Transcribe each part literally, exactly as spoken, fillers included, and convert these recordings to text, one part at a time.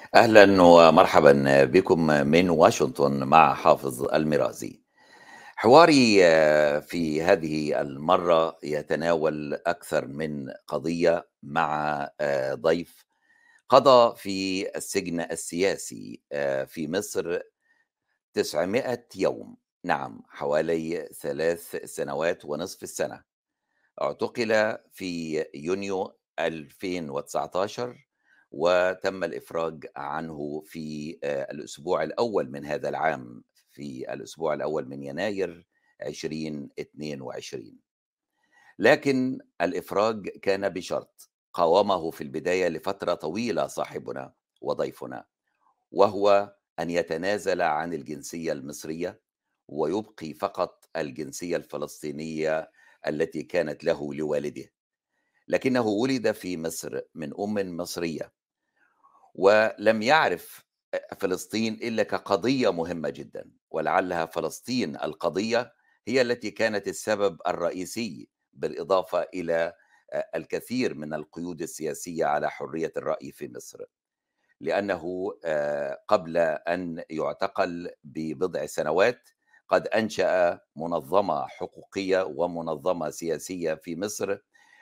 أهلا ومرحبا بكم من واشنطن مع حافظ المرازي. حواري آه، في هذه المرة يتناول أكثر من قضية مع آه، ضيف قضى في السجن السياسي آه، في مصر تسعمائة يوم. نعم، حوالي ثلاث سنوات ونصف السنة. اعتقل في يونيو ألفين وتسعة عشر وتم الإفراج عنه في آه، الأسبوع الأول من هذا العام، في الأسبوع الأول من يناير ألفين واثنين وعشرين. لكن الإفراج كان بشرط قاومه في البداية لفترة طويلة صاحبنا وضيفنا، وهو أن يتنازل عن الجنسية المصرية ويبقي فقط الجنسية الفلسطينية التي كانت له لوالده. لكنه ولد في مصر من أم مصرية، ولم يعرف فلسطين إلا كقضية مهمة جدا، ولعلها فلسطين القضية هي التي كانت السبب الرئيسي، بالإضافة إلى الكثير من القيود السياسية على حرية الرأي في مصر. لأنه آه، قبل أن يعتقل ببضع سنوات قد أنشأ منظمة حقوقية ومنظمة سياسية في مصر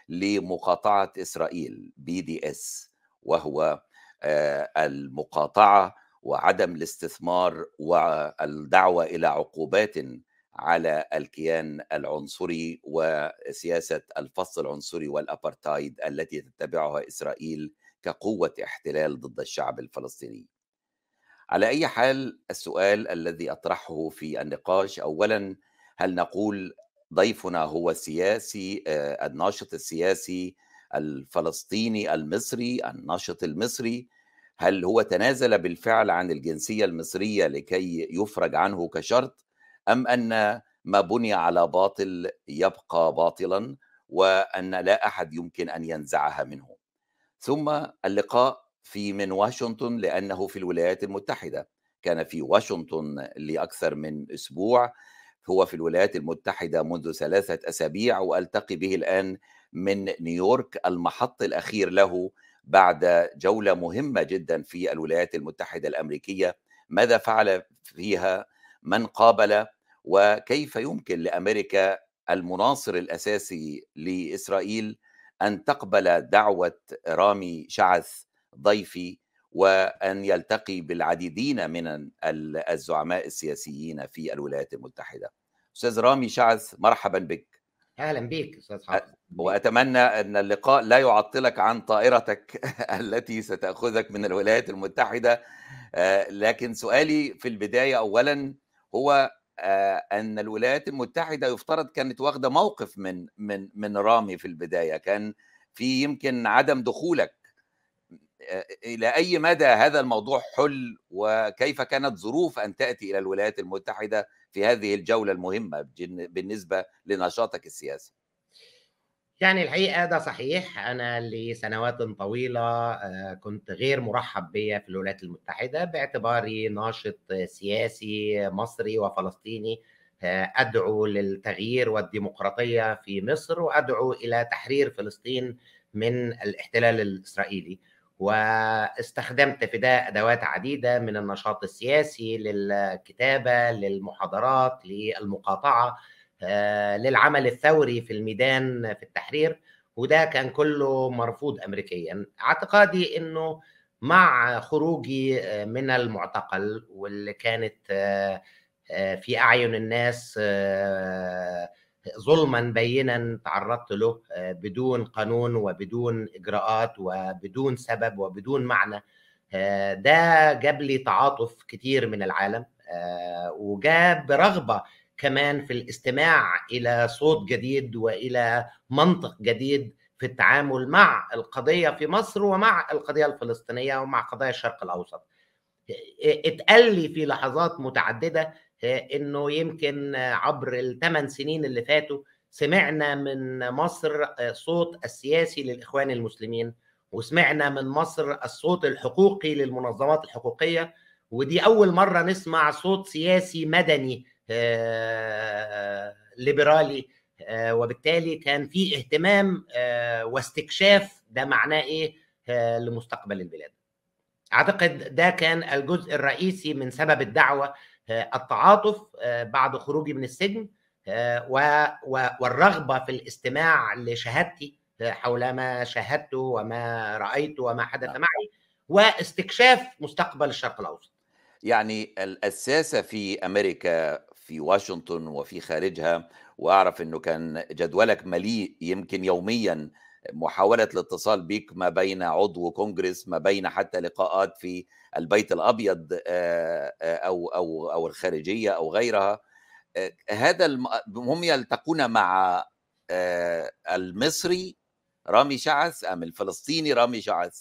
لمقاطعة إسرائيل، بي دي إس، وهو آه، المقاطعة وعدم الاستثمار والدعوة إلى عقوبات على الكيان العنصري وسياسة الفصل العنصري والأبرتايد التي تتبعها إسرائيل كقوة احتلال ضد الشعب الفلسطيني. على أي حال، السؤال الذي أطرحه في النقاش أولا: هل نقول ضيفنا هو السياسي آه، الناشط السياسي الفلسطيني المصري الناشط المصري؟ هل هو تنازل بالفعل عن الجنسية المصرية لكي يفرج عنه كشرط، أم أن ما بني على باطل يبقى باطلا وأن لا أحد يمكن أن ينزعها منه؟ ثم اللقاء في من واشنطن لأنه في الولايات المتحدة. كان في واشنطن لأكثر من أسبوع، هو في الولايات المتحدة منذ ثلاثة أسابيع، وألتقي به الآن من نيويورك، المحط الأخير له بعد جولة مهمة جدا في الولايات المتحدة الأمريكية. ماذا فعل فيها؟ من قابل؟ وكيف يمكن لأمريكا المناصر الأساسي لإسرائيل أن تقبل دعوة رامي شعث ضيفي وأن يلتقي بالعديدين من الزعماء السياسيين في الولايات المتحدة؟ أستاذ رامي شعث، مرحبا بك. اهلا بيك استاذ حافظ بيك. وأتمنى أن اللقاء لا يعطلك عن طائرتك التي ستأخذك من الولايات المتحدة. آه، لكن سؤالي في البداية أولا هو آه، أن الولايات المتحدة يفترض كانت واخدة موقف من من من رامي في البداية، كان في يمكن عدم دخولك. آه، إلى أي مدى هذا الموضوع حل، وكيف كانت ظروف أن تأتي إلى الولايات المتحدة في هذه الجولة المهمة بالنسبة لنشاطك السياسي؟ يعني الحقيقه ده صحيح، انا لسنوات طويله آه، كنت غير مرحب بيا في الولايات المتحده باعتباري ناشط سياسي مصري وفلسطيني، آه، ادعو للتغيير والديمقراطيه في مصر وادعو الى تحرير فلسطين من الاحتلال الاسرائيلي. واستخدمت في ده ادوات عديده من النشاط السياسي للكتابه للمحاضرات للمقاطعه، آه، للعمل الثوري في الميدان في التحرير. وده كان كله مرفوض أمريكيا. اعتقادي أنه مع خروجي آه، من المعتقل، واللي كانت آه، آه، في أعين الناس آه، ظلما بينا تعرضت له آه، بدون قانون وبدون إجراءات وبدون سبب وبدون معنى، آه، ده جاب لي تعاطف كتير من العالم، آه، وجاب رغبة كمان في الاستماع إلى صوت جديد وإلى منطق جديد في التعامل مع القضية في مصر ومع القضية الفلسطينية ومع قضايا الشرق الأوسط. اتقال لي في لحظات متعددة إنه يمكن عبر الثمان سنين اللي فاتوا سمعنا من مصر صوت السياسي للإخوان المسلمين، وسمعنا من مصر الصوت الحقوقي للمنظمات الحقوقية، ودي أول مرة نسمع صوت سياسي مدني ليبرالي. وبالتالي كان في اهتمام واستكشاف ده معناه إيه لمستقبل البلاد. أعتقد ده كان الجزء الرئيسي من سبب الدعوة، التعاطف بعد خروجي من السجن والرغبة في الاستماع لشهادتي حول ما شاهدته وما رأيته وما حدث نعم. معي، واستكشاف مستقبل الشرق الأوسط. يعني ال السياسة في أمريكا، في واشنطن وفي خارجها، وأعرف إنه كان جدولك مليء يمكن يوميًا محاولة الاتصال بيك ما بين عضو كونجرس، ما بين حتى لقاءات في البيت الأبيض آآ أو أو أو الخارجية أو غيرها. آآ هذا الم هم يلتقون مع آآ المصري رامي شعث أم الفلسطيني رامي شعث؟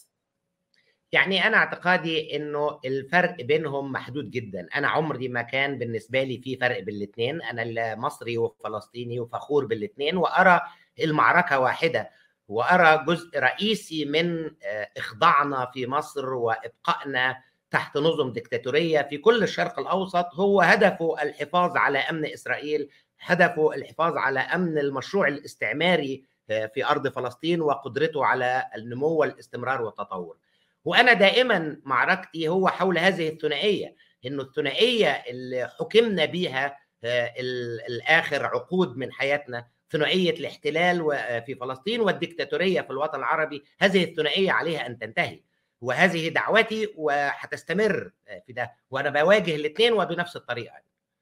يعني أنا اعتقادي إنه الفرق بينهم محدود جدًا، أنا عمري ما كان بالنسبة لي في فرق بين الاتنين، أنا ال مصري وفلسطيني وفخور بالاتنين، وأرى المعركة واحدة، وأرى جزء رئيسي من آآ إخضاعنا في مصر وإبقائنا تحت نظم ديكتاتورية في كل الشرق الأوسط هو هدفه الحفاظ على أمن إسرائيل، هدفه الحفاظ على أمن المشروع الاستعماري آآ في أرض فلسطين وقدرته على النمو والاستمرار والتطور. وأنا دائما معركتي هو حول هذه الثنائية، إنه الثنائية اللي حكمنا بيها الآخر عقود من حياتنا، ثنائية الاحتلال في فلسطين والديكتاتورية في الوطن العربي، هذه الثنائية عليها أن تنتهي، وهذه دعوتي وهتستمر في ده، وأنا بواجه الاثنين وبنفس الطريقة.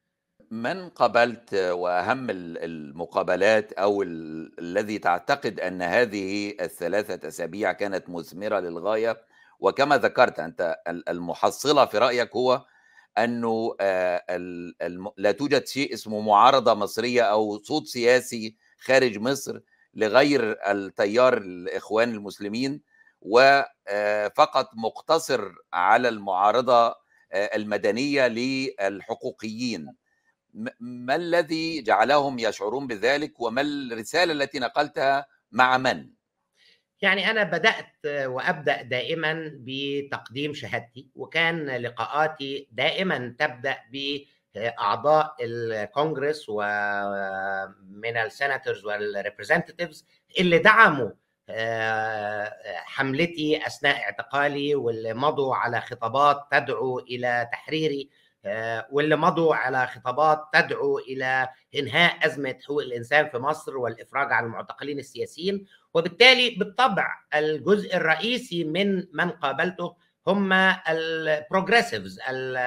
من قابلت وأهم ال المقابلات أو ال الذي تعتقد أن هذه الثلاثة أسابيع كانت مثمرة للغاية؟ وكما ذكرت أنت ال المحصلة في رأيك هو أنه آآ ال الم لا توجد شيء اسمه معارضة مصرية أو صوت سياسي خارج مصر لغير التيار الإخوان المسلمين، و آآ فقط مقتصر على المعارضة آآ المدنية للحقوقيين. م ما الذي جعلهم يشعرون بذلك، وما الرسالة التي نقلتها مع من؟ يعني أنا بدأت وأبدأ دائمًا بتقديم شهادتي، وكان لقاءاتي دائمًا تبدأ بأعضاء الكونجرس ومن السيناتورز والrepresentatives اللي دعموا آآ حملتي أثناء اعتقالي، واللي مضوا على خطابات تدعو إلى تحريري، آآ واللي مضوا على خطابات تدعو إلى إنهاء أزمة حقوق الإنسان في مصر والإفراج عن المعتقلين السياسيين. وبالتالي بالطبع الجزء الرئيسي من من قابلته هم البروجريسيفز،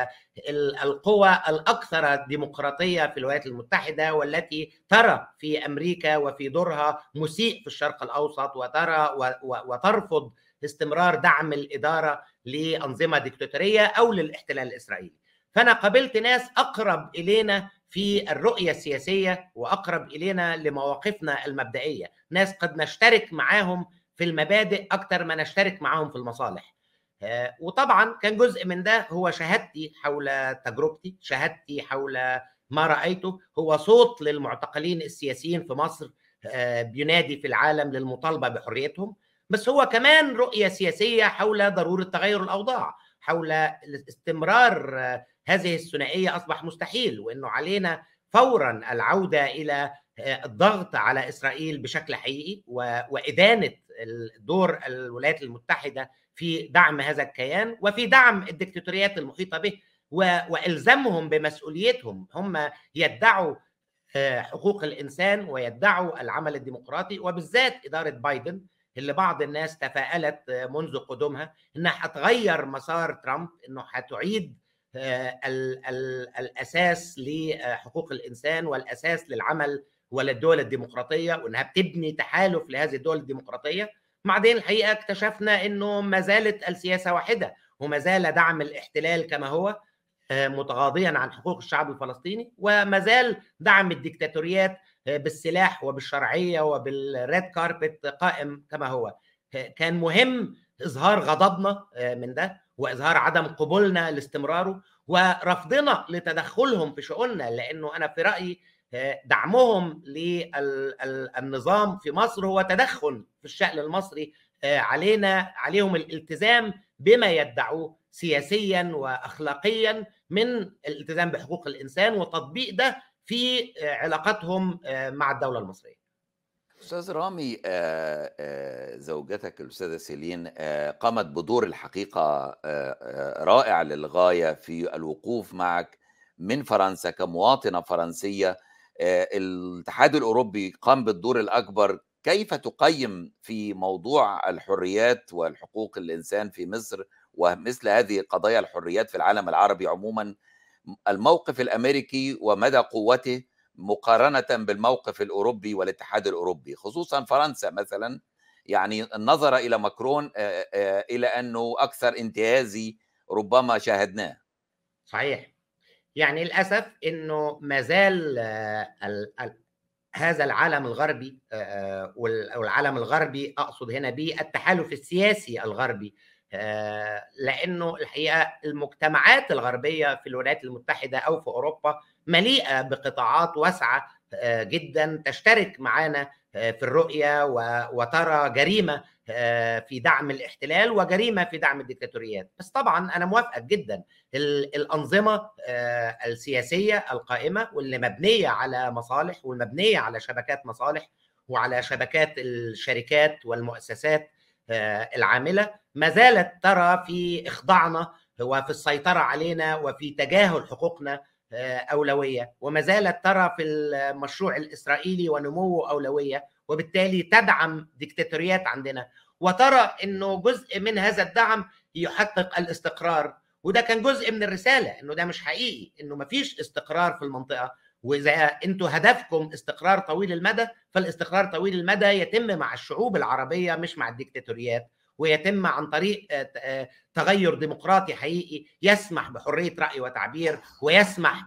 القوى الاكثر ديمقراطيه في الولايات المتحده، والتي ترى في امريكا وفي دورها مسيء في الشرق الاوسط، وترى وترفض استمرار دعم الاداره لانظمه ديكتاتوريه او للاحتلال الاسرائيلي. فانا قابلت ناس اقرب الينا في الرؤية السياسية وأقرب إلينا لمواقفنا المبدئية، ناس قد نشترك معاهم في المبادئ أكثر ما نشترك معاهم في المصالح. وطبعا كان جزء من ده هو شهادتي حول تجربتي، شهادتي حول ما رأيته، هو صوت للمعتقلين السياسيين في مصر بينادي في العالم للمطالبة بحريتهم، بس هو كمان رؤية سياسية حول ضرورة تغير الأوضاع، حول استمرار هذه الثنائية أصبح مستحيل، وأنه علينا فورا العودة إلى الضغط على إسرائيل بشكل حقيقي، وإدانة دور الولايات المتحدة في دعم هذا الكيان وفي دعم الدكتاتوريات المحيطة به، وإلزامهم بمسؤوليتهم. هم يدعوا حقوق الإنسان ويدعوا العمل الديمقراطي، وبالذات إدارة بايدن اللي بعض الناس تفاءلت منذ قدومها إنها هتغير مسار ترامب، إنه هتعيد ال ال الأساس لحقوق الإنسان والأساس للعمل وللدول الديمقراطية، وإنها بتبني تحالف لهذه الدول الديمقراطية. بعدين الحقيقة اكتشفنا إنه ما زالت السياسة واحدة، وما زال دعم الاحتلال كما هو متغاضيا عن حقوق الشعب الفلسطيني، وما زال دعم الديكتاتوريات بالسلاح وبالشرعية وبالريد كاربت قائم كما هو. كان مهم إظهار غضبنا من ده، وإظهار عدم قبولنا لاستمراره، ورفضنا لتدخلهم في شؤوننا، لأنه أنا في رأيي دعمهم للنظام في مصر هو تدخل في الشأن المصري. علينا عليهم الالتزام بما يدعوه سياسيا وأخلاقيا من الالتزام بحقوق الإنسان، وتطبيق ده في علاقتهم مع الدولة المصرية. أستاذ رامي، آه، آه، زوجتك الأستاذة سيلين آه، قامت بدور الحقيقة آه، آه، رائع للغاية في الوقوف معك من فرنسا كمواطنة فرنسية. آه، الاتحاد الأوروبي قام بالدور الأكبر. كيف تقيم في موضوع الحريات والحقوق الإنسان في مصر ومثل هذه قضايا الحريات في العالم العربي عموما الموقف الأمريكي ومدى قوته مقارنة بالموقف الأوروبي والاتحاد الأوروبي، خصوصا فرنسا مثلا، يعني النظر إلى ماكرون آه، آه، إلى أنه أكثر انتهازي ربما شاهدناه. صحيح. يعني للأسف إنه ما زال آه، ال- ال- هذا العالم الغربي، آه، وال- والعالم الغربي أقصد هنا به التحالف السياسي الغربي، آه، لأنه الحقيقة المجتمعات الغربية في الولايات المتحدة أو في أوروبا مليئة بقطاعات واسعة آه، جدا تشترك معنا آه، في الرؤية و- وترى جريمة آه، في دعم الاحتلال وجريمة في دعم الدكتاتوريات. بس طبعا أنا موافقة جدا، ال- الأنظمة آه، السياسية القائمة واللي مبنية على مصالح والمبنية على شبكات مصالح وعلى شبكات الشركات والمؤسسات آه، العاملة ما زالت ترى في إخضاعنا وفي السيطرة علينا وفي تجاهل حقوقنا آه، أولوية، وما زالت ترى في المشروع الإسرائيلي ونموه أولوية، وبالتالي تدعم ديكتاتوريات عندنا، وترى أنه جزء من هذا الدعم يحقق الاستقرار. وده كان جزء من الرساله، انه ده مش حقيقي، انه مفيش استقرار في المنطقه، واذا انتوا هدفكم استقرار طويل المدى فالاستقرار طويل المدى يتم مع الشعوب العربيه مش مع الديكتاتوريات، ويتم عن طريق تغير ديمقراطي حقيقي يسمح بحريه راي وتعبير، ويسمح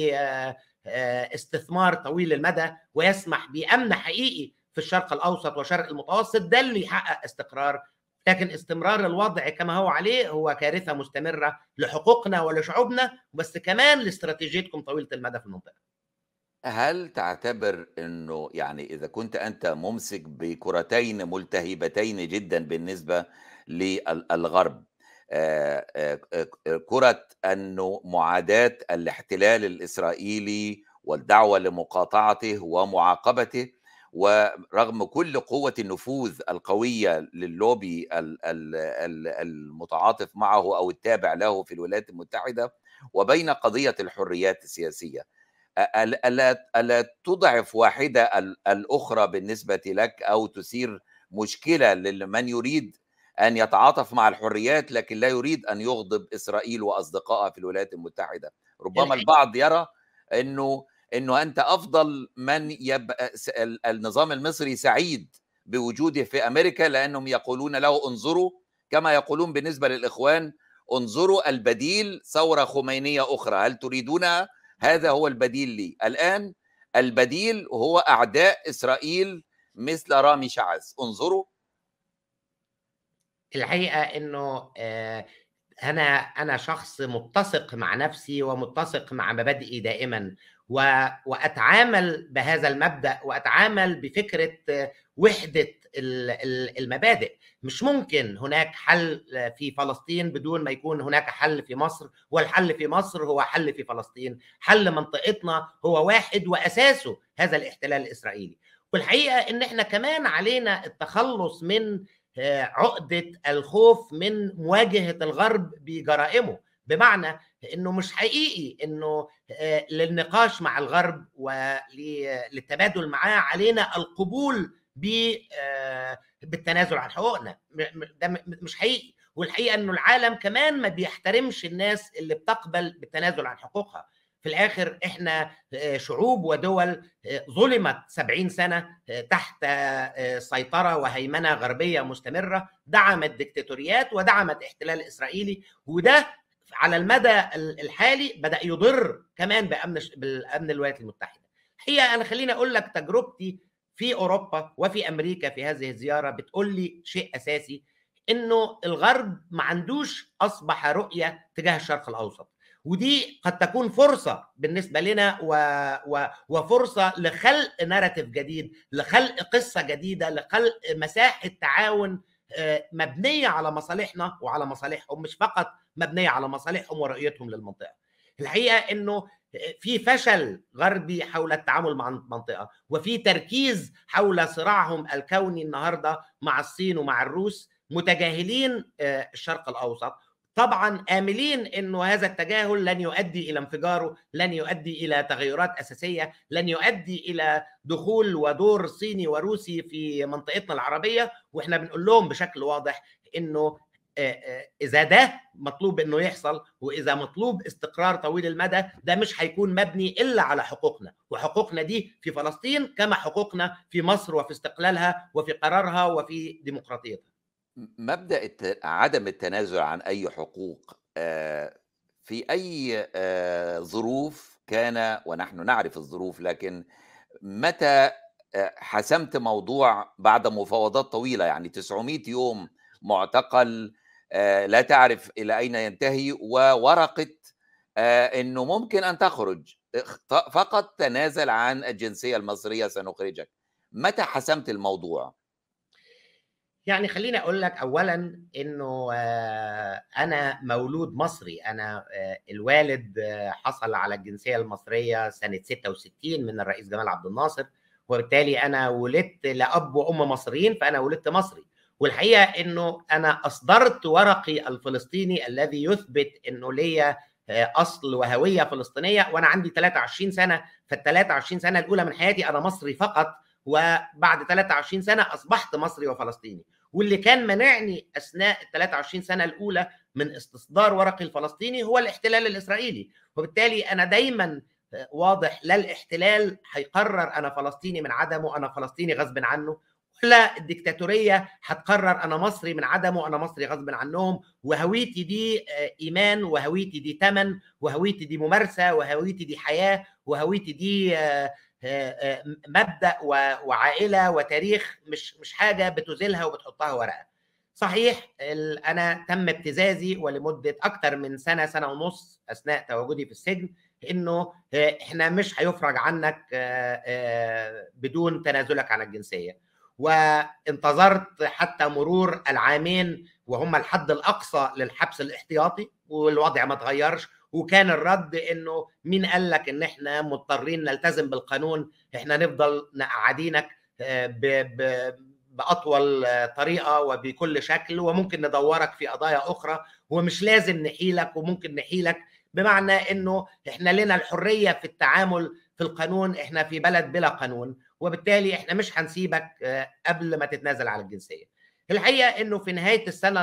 باستثمار طويل المدى، ويسمح بامن حقيقي في الشرق الاوسط وشرق المتوسط. ده اللي يحقق استقرار. لكن استمرار الوضع كما هو عليه هو كارثة مستمرة لحقوقنا ولشعوبنا، بس كمان لاستراتيجيتكم طويلة المدى في المنطقة. هل تعتبر أنه يعني إذا كنت أنت ممسك بكرتين ملتهبتين جدا بالنسبة للغرب، آه، آه، آه، كرة أنه معاداة الاحتلال الإسرائيلي والدعوة لمقاطعته ومعاقبته، ورغم كل قوة النفوذ القوية للوبي ال- ال- ال- المتعاطف معه أو التابع له في الولايات المتحدة، وبين قضية الحريات السياسية، أل- ألا ألا تضعف واحدة ال- الأخرى بالنسبة لك، أو تثير مشكلة لمن يريد أن يتعاطف مع الحريات لكن لا يريد أن يغضب إسرائيل وأصدقائها في الولايات المتحدة؟ ربما الحقيقة البعض يرى أنه أنه أنت أفضل من يبقى س- ال- النظام المصري سعيد بوجوده في أمريكا، لأنهم يقولون له انظروا، كما يقولون بالنسبة للإخوان انظروا البديل ثورة خمينية أخرى، هل تريدونها؟ هذا هو البديل لي الآن. البديل هو أعداء إسرائيل مثل رامي شعث، انظروا. الحقيقة إنه آه، أنا أنا شخص متسق مع نفسي ومتسق مع مبادئي دائما، و- وأتعامل بهذا المبدأ وأتعامل بفكرة آه، وحدة ال- ال- المبادئ. مش ممكن هناك حل في فلسطين بدون ما يكون هناك حل في مصر، والحل في مصر هو حل في فلسطين. حل منطقتنا هو واحد وأساسه هذا الاحتلال الإسرائيلي. والحقيقة إن إحنا كمان علينا التخلص من عقدة الخوف من مواجهة الغرب بجرائمه، بمعنى انه مش حقيقي انه للنقاش مع الغرب وللتبادل معاه علينا القبول بالتنازل عن حقوقنا. ده مش حقيقي. والحقيقة انه العالم كمان ما بيحترمش الناس اللي بتقبل بالتنازل عن حقوقها. في الاخر احنا شعوب ودول ظلمت سبعين سنة تحت سيطرة وهيمنة غربية مستمرة، دعمت ديكتاتوريات ودعمت احتلال إسرائيلي، وده على المدى الحالي بدأ يضر كمان بأمن بالأمن الولايات المتحدة. الحقيقة أنا خليني أقول لك تجربتي في أوروبا وفي أمريكا في هذه الزيارة بتقول لي شيء أساسي، إنه الغرب ما عندوش أصبح رؤية تجاه الشرق الأوسط، ودي قد تكون فرصة بالنسبة لنا و... و... وفرصة لخلق ناراتيف جديد، لخلق قصة جديدة، لخلق مساحة تعاون مبنية على مصالحنا وعلى مصالحهم، مش فقط مبنية على مصالحهم ورؤيتهم للمنطقة. الحقيقة انه في فشل غربي حول التعامل مع المنطقة، وفي تركيز حول صراعهم الكوني النهاردة مع الصين ومع الروس، متجاهلين الشرق الأوسط، طبعا آملين أنه هذا التجاهل لن يؤدي إلى انفجاره، لن يؤدي إلى تغيرات أساسية، لن يؤدي إلى دخول ودور صيني وروسي في منطقتنا العربية. وإحنا بنقول لهم بشكل واضح أنه إذا ده مطلوب أنه يحصل، وإذا مطلوب استقرار طويل المدى، ده مش هيكون مبني إلا على حقوقنا، وحقوقنا دي في فلسطين كما حقوقنا في مصر وفي استقلالها وفي قرارها وفي ديمقراطيتها. مبدأ الت... عدم التنازل عن أي حقوق في أي ظروف كان، ونحن نعرف الظروف، لكن متى حسمت موضوع بعد مفاوضات طويلة، يعني تسعمائة يوم معتقل، لا تعرف إلى أين ينتهي، وورقة أنه ممكن أن تخرج، فقط تنازل عن الجنسية المصرية سنخرجك، متى حسمت الموضوع؟ يعني خليني أقول لك أولا أنه أنا مولود مصري، أنا الوالد حصل على الجنسية المصرية سنة ستة وستين من الرئيس جمال عبد الناصر، وبالتالي أنا ولدت لأب وأم مصريين، فأنا ولدت مصري. والحقيقة أنه أنا أصدرت ورقي الفلسطيني الذي يثبت أنه ليا أصل وهوية فلسطينية وأنا عندي ثلاثة وعشرين سنة، فال ثلاثة وعشرين سنة الأولى من حياتي أنا مصري فقط، وبعد ثلاثة وعشرين سنة أصبحت مصري وفلسطيني. واللي كان منعني أثناء ال ثلاثة وعشرين سنة الأولى من استصدار ورقي الفلسطيني هو الاحتلال الإسرائيلي. وبالتالي أنا دايما واضح، لا الاحتلال هيقرر أنا فلسطيني من عدمه، أنا فلسطيني غصب عنه، ولا الدكتاتورية هتقرر أنا مصري من عدمه، وأنا مصري غصب عنهم. وهويتي دي إيمان، وهويتي دي تمن، وهويتي دي ممارسة، وهويتي دي حياة، وهويتي دي مبدأ وعائلة وتاريخ، مش مش حاجة بتزيلها وبتحطها ورقة. صحيح أنا تم ابتزازي ولمدة أكثر من سنة سنة ونص أثناء تواجدي في السجن، إنه إحنا مش هيفرج عنك بدون تنازلك عن الجنسية. وانتظرت حتى مرور العامين وهم الحد الأقصى للحبس الاحتياطي، والوضع ما تغيرش، وكان الرد انه مين قال لك ان احنا مضطرين نلتزم بالقانون، احنا نفضل نقعدينك باطول طريقه وبكل شكل، وممكن ندورك في قضايا اخرى، ومش لازم نحيلك، وممكن نحيلك، بمعنى انه احنا لنا الحريه في التعامل في القانون، احنا في بلد بلا قانون، وبالتالي احنا مش هنسيبك قبل ما تتنازل على الجنسيه. الحقيقه انه في نهايه السنه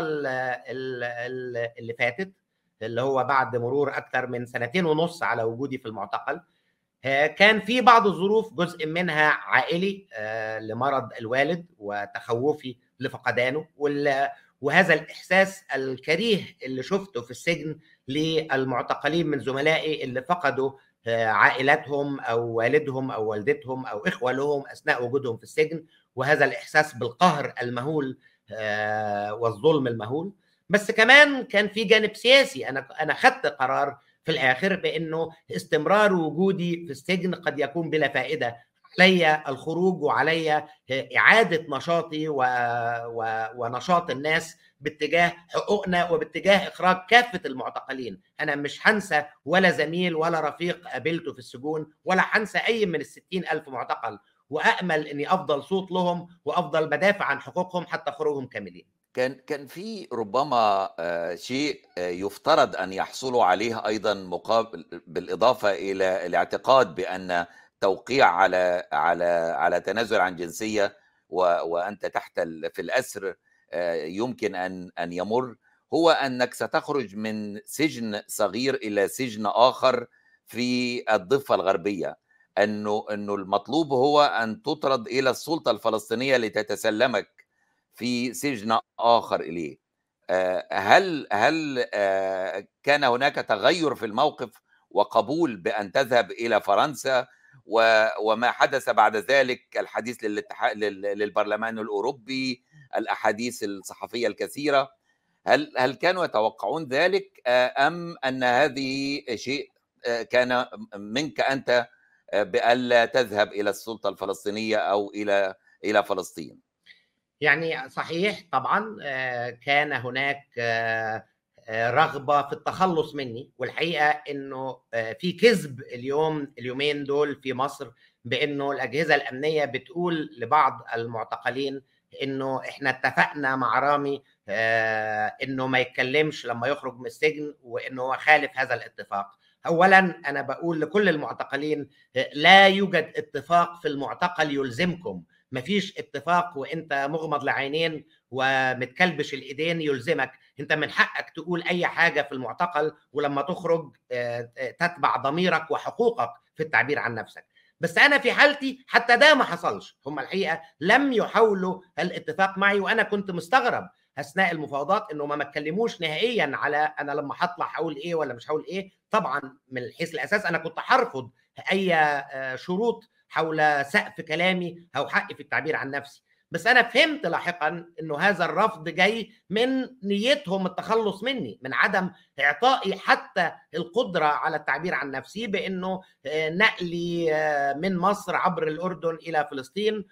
اللي فاتت، اللي هو بعد مرور أكثر من سنتين ونص على وجودي في المعتقل، كان في بعض الظروف، جزء منها عائلي لمرض الوالد وتخوفي لفقدانه، وهذا الإحساس الكريه اللي شفته في السجن للمعتقلين من زملائي اللي فقدوا عائلاتهم أو والدهم أو والدتهم أو إخوة لهم أثناء وجودهم في السجن، وهذا الإحساس بالقهر المهول والظلم المهول. بس كمان كان في جانب سياسي، انا انا خدت قرار في الاخر بانه استمرار وجودي في السجن قد يكون بلا فائده، علي الخروج وعلي اعاده نشاطي و... و... ونشاط الناس باتجاه حقوقنا وباتجاه اخراج كافه المعتقلين. انا مش هنسى ولا زميل ولا رفيق قابلته في السجون، ولا هنسى اي من الستين الف معتقل، وامل اني افضل صوت لهم وافضل بدافع عن حقوقهم حتى خروجهم كاملين. كان كان في ربما شيء يفترض أن يحصلوا عليه أيضا مقابل، بالإضافة إلى الاعتقاد بأن توقيع على على على تنازل عن جنسية وأنت تحت في الأسر يمكن أن أن يمر، هو أنك ستخرج من سجن صغير إلى سجن آخر في الضفة الغربية، أنه أنه المطلوب هو أن تطرد إلى السلطة الفلسطينية لتتسلمك في سجن آخر إليه. هل هل كان هناك تغير في الموقف وقبول بأن تذهب إلى فرنسا، وما حدث بعد ذلك الحديث للاتحاد للبرلمان الأوروبي، الأحاديث الصحفية الكثيرة، هل هل كانوا يتوقعون ذلك أم أن هذه شيء كان منك أنت بألا تذهب إلى السلطة الفلسطينية أو إلى إلى فلسطين؟ يعني صحيح طبعا كان هناك رغبة في التخلص مني. والحقيقة إنه في كذب اليوم اليومين دول في مصر بأنه الأجهزة الأمنية بتقول لبعض المعتقلين إنه إحنا اتفقنا مع رامي إنه ما يتكلمش لما يخرج من السجن، وإنه هو خالف هذا الاتفاق. أولا أنا بقول لكل المعتقلين لا يوجد اتفاق في المعتقل يلزمكم. مفيش اتفاق وانت مغمض العينين ومتكلبش الايدين يلزمك. انت من حقك تقول اي حاجه في المعتقل، ولما تخرج تتبع ضميرك وحقوقك في التعبير عن نفسك. بس انا في حالتي حتى ده ما حصلش. هم الحقيقه لم يحاولوا الاتفاق معي، وانا كنت مستغرب اثناء المفاوضات انه ما اتكلموش نهائيا على انا لما هطلع هقول ايه ولا مش هقول ايه. طبعا من حيث الاساس انا كنت هرفض اي شروط حول سقف كلامي او حقي في التعبير عن نفسي. بس انا فهمت لاحقا انه هذا الرفض جاي من نيتهم التخلص مني، من عدم اعطائي حتى القدره على التعبير عن نفسي، بانه نقلي من مصر عبر الاردن الى فلسطين،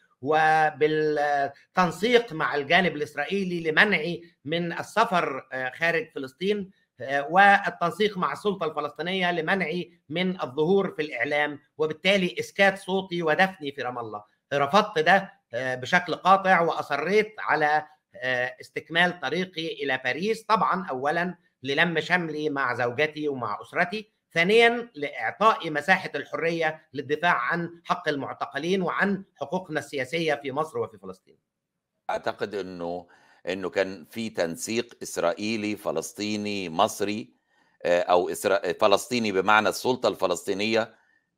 وبالتنسيق مع الجانب الاسرائيلي لمنعي من السفر خارج فلسطين، والتنسيق مع السلطة الفلسطينية لمنعي من الظهور في الإعلام، وبالتالي إسكات صوتي ودفني في رام الله. رفضت ده بشكل قاطع، وأصريت على استكمال طريقي إلى باريس، طبعا أولا للم شملي مع زوجتي ومع أسرتي، ثانيا لإعطاء مساحة الحرية للدفاع عن حق المعتقلين وعن حقوقنا السياسية في مصر وفي فلسطين. أعتقد إنه إنه كان في تنسيق إسرائيلي فلسطيني مصري، أو إسرا... فلسطيني بمعنى السلطة الفلسطينية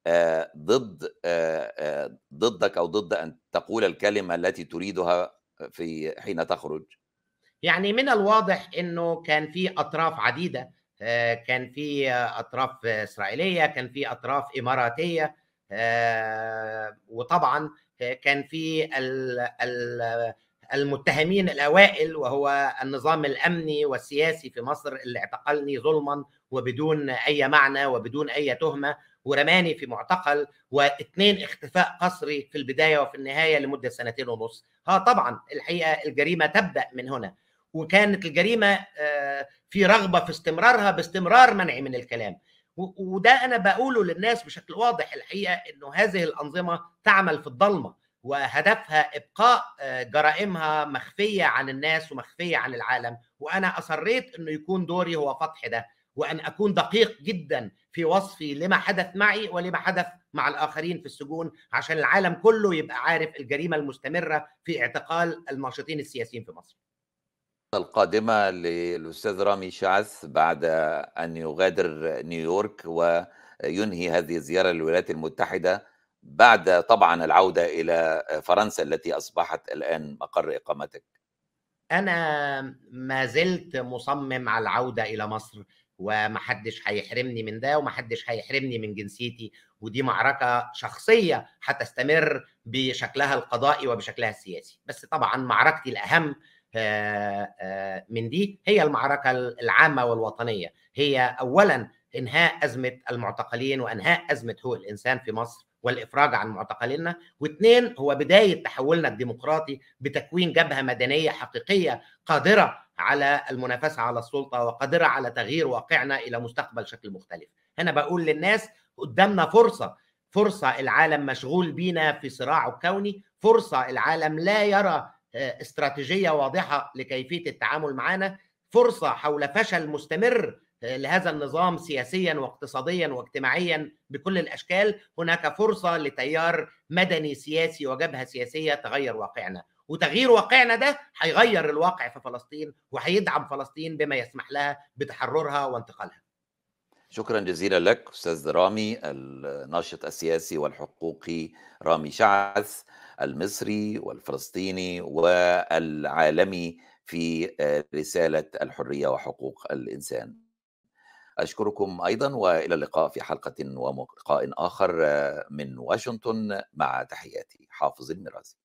ضد ضدك، أو ضد أن تقول الكلمة التي تريدها في حين تخرج. يعني من الواضح إنه كان في أطراف عديدة، كان في أطراف إسرائيلية، كان في أطراف إماراتية، وطبعا كان في المتهمين الأوائل وهو النظام الأمني والسياسي في مصر اللي اعتقلني ظلما وبدون أي معنى وبدون أي تهمة، ورماني في معتقل، واثنين اختفاء قسري في البداية وفي النهاية لمدة سنتين ونص. ها طبعا الحقيقة الجريمة تبدأ من هنا، وكانت الجريمة في رغبة في استمرارها باستمرار منعي من الكلام. وده أنا بقوله للناس بشكل واضح الحقيقة، إنه هذه الأنظمة تعمل في الضلمة، وهدفها إبقاء جرائمها مخفية عن الناس ومخفية عن العالم. وأنا أصريت أنه يكون دوري هو فتح ده، وأن أكون دقيق جدا في وصفي لما حدث معي ولما حدث مع الآخرين في السجون، عشان العالم كله يبقى عارف الجريمة المستمرة في اعتقال الناشطين السياسيين في مصر. القادمة للأستاذ رامي شعث بعد أن يغادر نيويورك وينهي هذه الزيارة للولايات المتحدة، بعد طبعا العودة إلى فرنسا التي أصبحت الآن مقر إقامتك؟ أنا ما زلت مصمم على العودة إلى مصر، ومحدش هيحرمني من ده، ومحدش هيحرمني من جنسيتي. ودي معركة شخصية هتستمر بشكلها القضائي وبشكلها السياسي. بس طبعا معركتي الأهم من دي هي المعركة العامة والوطنية، هي أولا إنهاء أزمة المعتقلين وإنهاء أزمة حقوق الإنسان في مصر والإفراج عن معتقلينا، واثنين هو بداية تحولنا الديمقراطي بتكوين جبهة مدنية حقيقية قادرة على المنافسة على السلطة وقادرة على تغيير واقعنا إلى مستقبل شكل مختلف. أنا بقول للناس قدامنا فرصة، فرصة العالم مشغول بينا في صراعه الكوني، فرصة العالم لا يرى استراتيجية واضحة لكيفية التعامل معنا، فرصة حول فشل مستمر لهذا النظام سياسيا واقتصاديا واجتماعيا بكل الأشكال. هناك فرصة لتيار مدني سياسي وجبهة سياسية تغير واقعنا، وتغيير واقعنا ده هيغير الواقع في فلسطين وهيدعم فلسطين بما يسمح لها بتحررها وانتقالها. شكرا جزيلا لك أستاذ رامي، الناشط السياسي والحقوقي رامي شعث، المصري والفلسطيني والعالمي في رسالة الحرية وحقوق الإنسان. أشكركم أيضا، وإلى اللقاء في حلقة ولقاء آخر من واشنطن، مع تحياتي حافظ المرازي.